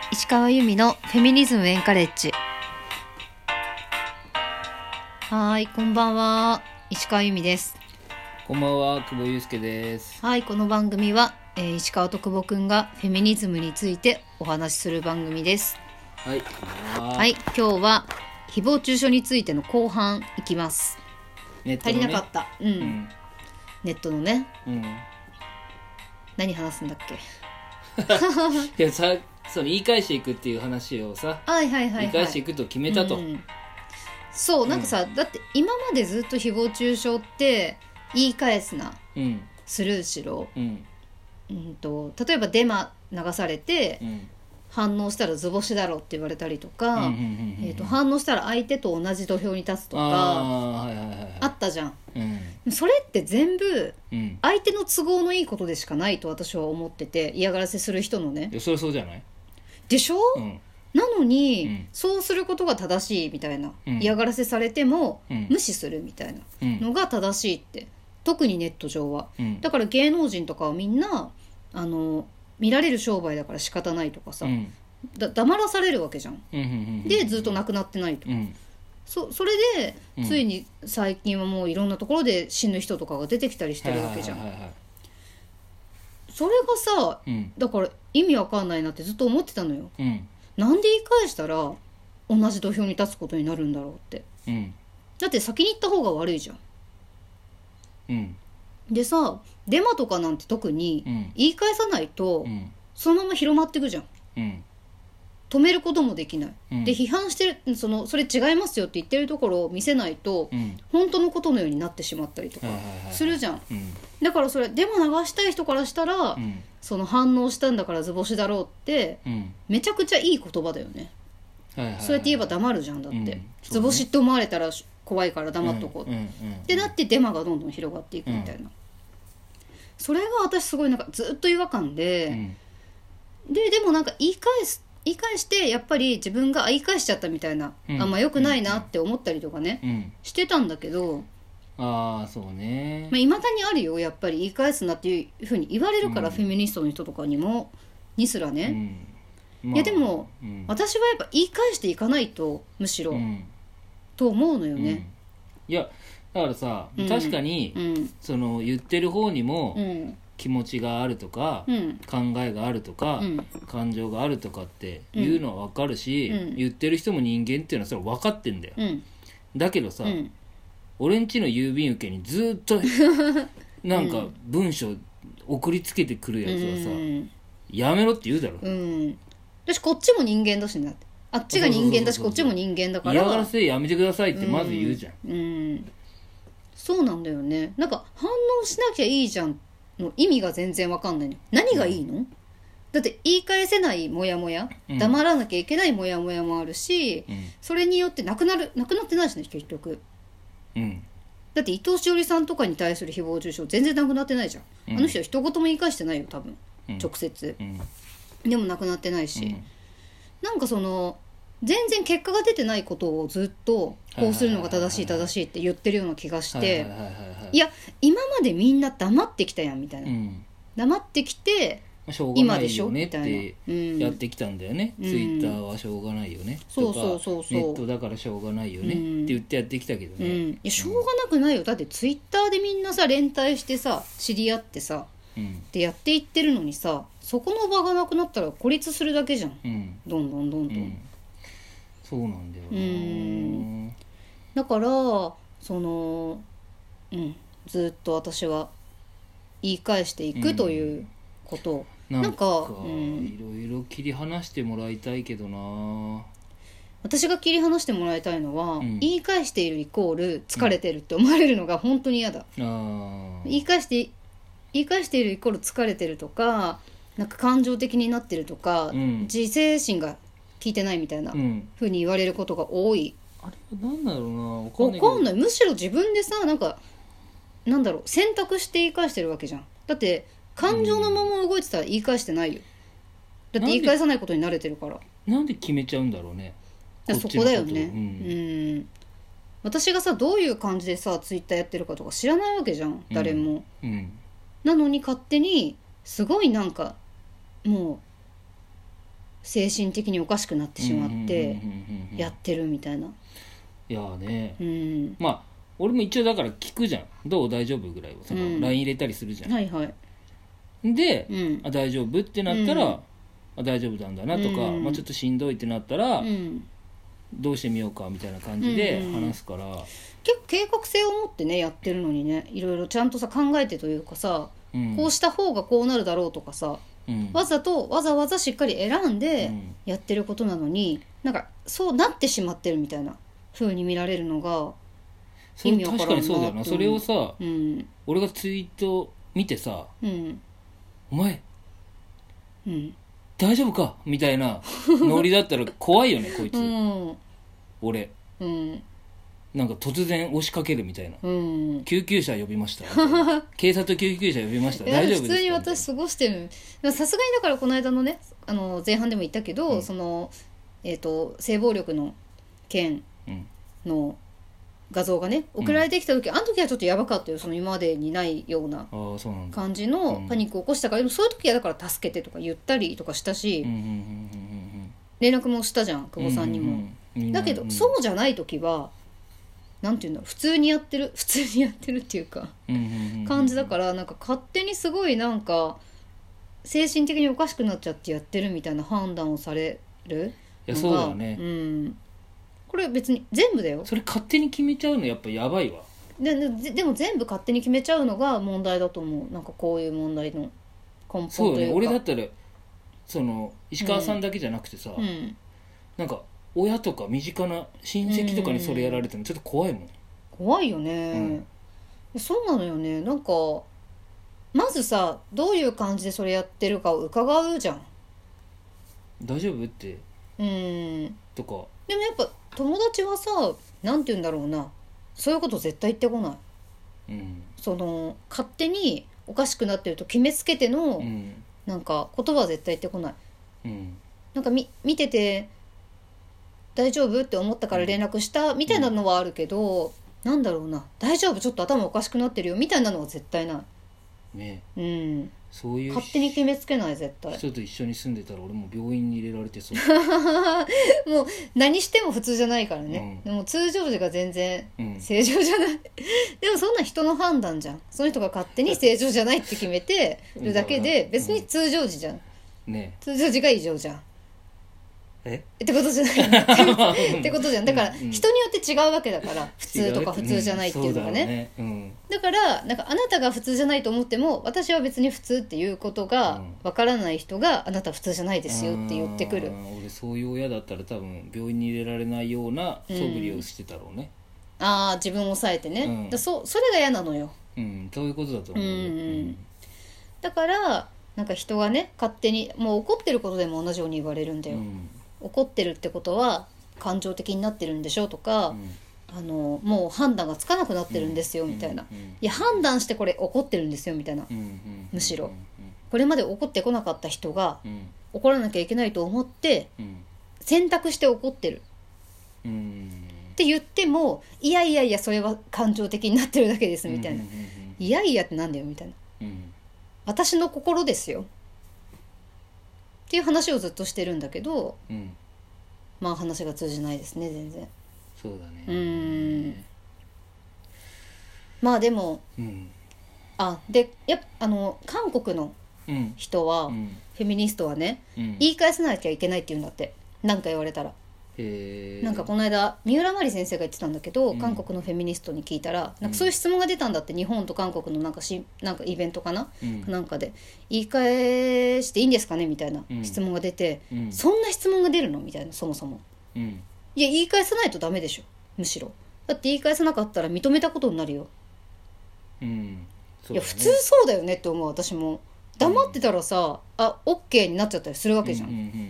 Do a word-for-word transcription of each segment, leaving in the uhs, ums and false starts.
石川由美のフェミニズムエンカレッジ。はい、こんばんは、石川由美です。 こんばんは、久保祐介です。 はい、この番組は、えー、石川と久保くんがフェミニズムについてお話しする番組です。 はい、 はい、今日は誹謗中傷についての後半いきます。 ネットのね、 足りなかった、うんうん、ネットのね、 うん、 何話すんだっけいやさ、その言い返していくっていう話をさ、 はいはいはいはい、 言い返していくと決めたと、うん、 そうなんかさ、うん、だって今までずっと誹謗中傷って言い返すな、うん、スルーしろ、うんうん、と例えばデマ流されて、うん、反応したら図星だろって言われたりとか、うん、えー、と反応したら相手と同じ土俵に立つとか あ,、はいはいはい、あったじゃん、うん、それって全部相手の都合のいいことでしかないと私は思ってて、嫌がらせする人のね。 いやそれそうじゃないでしょ、うん、なのに、うん、そうすることが正しいみたいな、うん、嫌がらせされても、うん、無視するみたいなのが正しいって、特にネット上は、うん、だから芸能人とかはみんなあの見られる商売だから仕方ないとかさ、うん、だ黙らされるわけじゃん、うんうんうん、でずっとなくなってないと、うん、そ, それで、うん、ついに最近はもういろんなところで死ぬ人とかが出てきたりしてるわけじゃん、はいはいはいはい、それがさ、うん、だから意味わかんないなってずっと思ってたのよ、うん、なんで言い返したら同じ土俵に立つことになるんだろうって、うん、だって先に行った方が悪いじゃん、うん、でさデマとかなんて特に言い返さないと、うん、そのまま広まっていくじゃん、うん、止めることもできない、うん、で批判してる そ, のそれ違いますよって言ってるところを見せないと、うん、本当のことのようになってしまったりとかするじゃん、はいはいはいはい、うん、だからそれデマ流したい人からしたら、うん、その反応したんだから図星だろうって、うん、めちゃくちゃいい言葉だよね、はいはいはいはい、そうやって言えば黙るじゃんだって、うんね、図星って思われたら怖いから黙っとこう、うんうんうんうん、でだってデマがどんどん広がっていくみたいな、うん、それが私すごいなんかずっと違和感で、うん、ででもなんか言い返す言い返してやっぱり自分が言い返しちゃったみたいな、うん、あんま良くないなって思ったりとかね、うん、してたんだけど、 ああそうね、 まあ、未だにあるよやっぱり言い返すなっていう風に言われるから、うん、フェミニストの人とかにもにすらね、うんまあ、いやでも、うん、私はやっぱ言い返していかないとむしろ、うん、と思うのよね、 うん、いやだからさ、うん、確かに、うん、その言ってる方にも、うん気持ちがあるとか、うん、考えがあるとか、うん、感情があるとかっていうのは分かるし、うん、言ってる人も人間っていうのはそれ分かってんだよ、うん、だけどさ、うん、俺んちの郵便受けにずっとなんか文章送りつけてくるやつはさ、うん、やめろって言うだろ、うん、 私こっちも人間だしね、あっちが人間だしこっちも人間だから嫌がらせやめてくださいってまず言うじゃん、うんうん、 そうなんだよね。なんか反応しなきゃいいじゃんの意味が全然わかんないの。何がいいの、うん、だって言い返せないモヤモヤ、うん、黙らなきゃいけないモヤモヤもあるし、うん、それによってなくなるなくなってないしね結局、うん、だって伊藤詩織さんとかに対する誹謗中傷全然なくなってないじゃん、うん、あの人は一言も言い返してないよ多分、うん、直接、うん、でもなくなってないし、うん、なんかその全然結果が出てないことをずっとこうするのが正しい正しいって言ってるような気がして、いや今までみんな黙ってきたやんみたいな、うん、黙ってきてしょうがないよねってやってきたんだよね、うん、ツイッターはしょうがないよね、うん、とかそうそうそうそうネットだからしょうがないよね、うん、って言ってやってきたけどね、うん、いやしょうがなくないよ、だってツイッターでみんなさ連帯してさ知り合ってさ、うん、でやっていってるのにさそこの場がなくなったら孤立するだけじゃん、うん、どんどんどんどん、うんそうなんだよな。 うんだからその、うん、ずっと私は言い返していくということを、 うん、なんかいろいろ切り離してもらいたいけどな。 私が切り離してもらいたいのは、うん、言い返しているイコール疲れてるって思われるのが本当に嫌だ、うん、言い返して言い返しているイコール疲れてるとかなんか感情的になってるとか、うん、自制心が聞いてないみたいな風に言われることが多い、 うん、あれは何だろうな、 わかんないけど、わかんない、むしろ自分でさなんかなんだろう選択して言い返してるわけじゃん。だって感情のまま動いてたら言い返してないよ、だって言い返さないことに慣れてるから。 なんで決めちゃうんだろうね、 こっちのことそこだよね、うん、うん私がさどういう感じでさツイッターやってるかとか知らないわけじゃん誰も、うんうん、なのに勝手にすごいなんかもう精神的におかしくなってしまってやってるみたいな。 いやね、 うん、 まあ俺も一応だから聞くじゃん、どう大丈夫ぐらいをその ライン 入れたりするじゃん、 はいはい、 で、 うん、 あ大丈夫ってなったら、うん、あ大丈夫なんだなとか、うんまあ、ちょっとしんどいってなったら、うん、どうしてみようかみたいな感じで話すから、うん、 結構計画性を持ってねやってるのにね、いろいろちゃんとさ考えてというかさ、うん、こうした方がこうなるだろうとかさ、うん、わざとわざわざしっかり選んでやってることなのに、なんかそうなってしまってるみたいな風に見られるのが意味わからんな。確かにそうだよな。 それをさ、うん、俺がツイート見てさ、うん、お前、うん、大丈夫かみたいなノリだったら怖いよねこいつ、うん、俺、うん、なんか突然押しかけるみたいな、うん、救急車呼びました警察救急車呼びました大丈夫ですか。 普通に私過ごしてる。さすがにだからこの間のねあの前半でも言ったけど、うん、その、えーと、性暴力の件の画像がね送られてきた時、うん、あの時はちょっとやばかったよ。その今までにないような感じのパニックを起こしたから、うん、でもそういう時はだから助けてとか言ったりとかしたし、うんうんうんうん、連絡もしたじゃん久保さんにも、うんうん、だけど、うん、そうじゃない時はなんていうんだろう、普通にやってる普通にやってるっていうか、うんうんうんうん、感じだから、なんか勝手にすごいなんか精神的におかしくなっちゃってやってるみたいな判断をされるのが、いやそうだよね、うん、これ別に全部だよ。 それ勝手に決めちゃうのやっぱやばいわ。 で, で, でも全部勝手に決めちゃうのが問題だと思う。なんかこういう問題の根本というか。そうね、 俺だったらその石川さんだけじゃなくてさ、うん、なんか親とか身近な親戚とかにそれやられてもちょっと怖いもん、うん、 怖いよね、うん、そうなのよね。なんかまずさどういう感じでそれやってるかを伺うじゃん。 大丈夫ってうんとか。 でもやっぱ友達はさなんて言うんだろうな、そういうこと絶対言ってこない、うん、その勝手におかしくなってると決めつけての、うん、なんか言葉は絶対言ってこない、うん、なんかみ見てて大丈夫って思ったから連絡したみたいなのはあるけど、うん、なんだろうな、大丈夫ちょっと頭おかしくなってるよみたいなのは絶対ないね。うん、そういう勝手に決めつけない絶対。 人と一緒に住んでたら俺も病院に入れられてそうもう何しても普通じゃないからね、うん、でも通常時が全然正常じゃない、うん、でもそんな人の判断じゃん。その人が勝手に正常じゃないって決めてるだけで別に通常時じゃん、うんね、通常時が異常じゃんえってことじゃないってことじゃん。だから人によって違うわけだから、普通とか普通じゃないっていうのがね、うん、だからなんかあなたが普通じゃないと思っても私は別に普通っていうことがわからない人があなた普通じゃないですよって言ってくる。 俺そういう親だったら多分病院に入れられないような素振りをしてたろうね、 うん、ああ自分を抑えてね、うん、だ そ, それが嫌なのよ、 うん、そういうことだと思う、うんうん、 だからなんか人がね勝手にもう怒ってることでも同じように言われるんだよ、うん、怒ってるってことは感情的になってるんでしょとか、うん、あのもう判断がつかなくなってるんですよみたいな、うんうんうん、いや判断してこれ怒ってるんですよみたいな、うんうんうん、むしろこれまで怒ってこなかった人が、うん、怒らなきゃいけないと思って、うん、選択して怒ってる、うん、って言ってもいやいやいやそれは感情的になってるだけですみたいな、うんうんうんうん、いやいやってなんだよみたいな、うん、私の心ですよっていう話をずっとしてるんだけど、うん、まあ話が通じないですね全然。 そうだね。 うーんまあでも、うん、あでやっぱあの韓国の人は、うん、フェミニストはね、うん、言い返さなきゃいけないって言うんだって。何か言われたら。へなんかこの間三浦真理先生が言ってたんだけど、うん、韓国のフェミニストに聞いたらなんかそういう質問が出たんだって、日本と韓国のなんかしなんかイベントかな、うん、なんかで言い返していいんですかねみたいな質問が出て、うん、そんな質問が出るのみたいな、そもそも、うん、いや言い返さないとダメでしょ。むしろだって言い返さなかったら認めたことになるよ、うんそうだね、いや普通そうだよねって思う私も。黙ってたらさ、うん、あ OK になっちゃったりするわけじゃん、うんうんうんうん、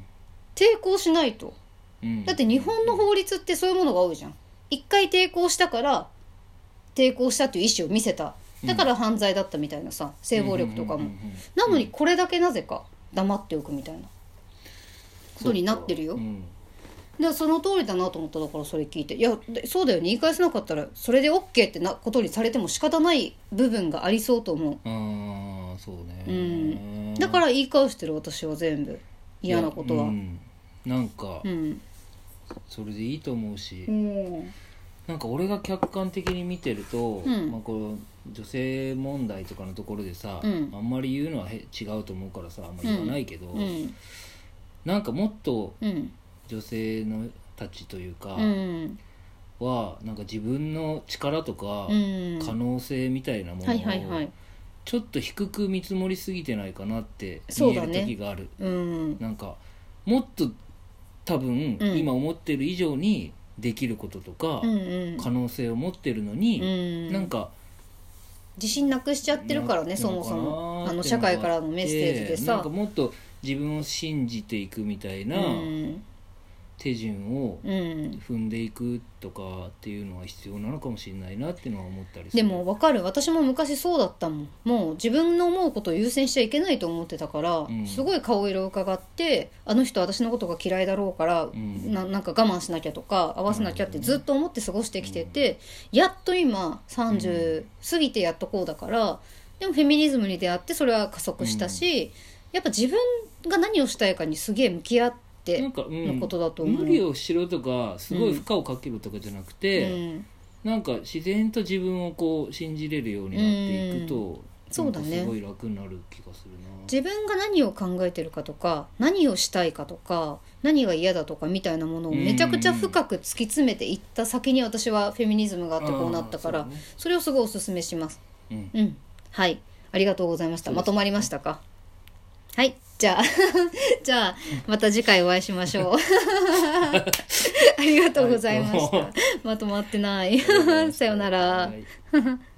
抵抗しないと。だって日本の法律ってそういうものが多いじゃん。一回抵抗したから抵抗したという意思を見せた、だから犯罪だったみたいなさ、性暴力とかも、なのにこれだけなぜか黙っておくみたいなことになってるよ、うん、でその通りだなと思った。だからそれ聞いて、いやそうだよね、言い返せなかったらそれで OK ってなことにされても仕方ない部分がありそうと思う。 あそうね、 うん、だから言い返してる私は全部。 嫌なことは、うん、 なんか、うん、それでいいと思うし、うん、なんか俺が客観的に見てると、うん、まあ、この女性問題とかのところでさ、うん、あんまり言うのはへ違うと思うからさあんまり言わないけど、うん、なんかもっと女性のたちというか、うん、はなんか自分の力とか可能性みたいなものをちょっと低く見積もりすぎてないかなって見える時がある、ね、うん、なんかもっと多分今思ってる以上にできることとか可能性を持ってるのに、うん、なんか自信なくしちゃってるからね、そもそもあの社会からのメッセージでさ、 なんかもっと自分を信じていくみたいな手順を踏んでいくとかっていうのは必要なのかもしれないなっていうのは思ったりする。 でも分かる、私も昔そうだったもん。もう自分の思うことを優先しちゃいけないと思ってたから、うん、すごい顔色を伺ってあの人私のことが嫌いだろうから、うん、な, なんか我慢しなきゃとか合わせなきゃってずっと思って過ごしてきてて、うん、やっと今さんじゅう過ぎてやっとこうだから、でもフェミニズムに出会ってそれは加速したし、うん、やっぱ自分が何をしたいかにすげえ向き合ってなんか、うん、のことだと思う。 無理をしろとかすごい負荷をかけるとかじゃなくて、うん、なんか自然と自分をこう信じれるようになっていくと、うん、そうだね、すごい楽になる気がするな。 自分が何を考えてるかとか何をしたいかとか何が嫌だとかみたいなものをめちゃくちゃ深く突き詰めていった先に私はフェミニズムがあってこうなったから、 そ, ね、それをすごいおすすめします、うんうん、はい、ありがとうございました。まとまりましたか？はい、じゃあじゃあまた次回お会いしましょうありがとうございました。まとまってないさよなら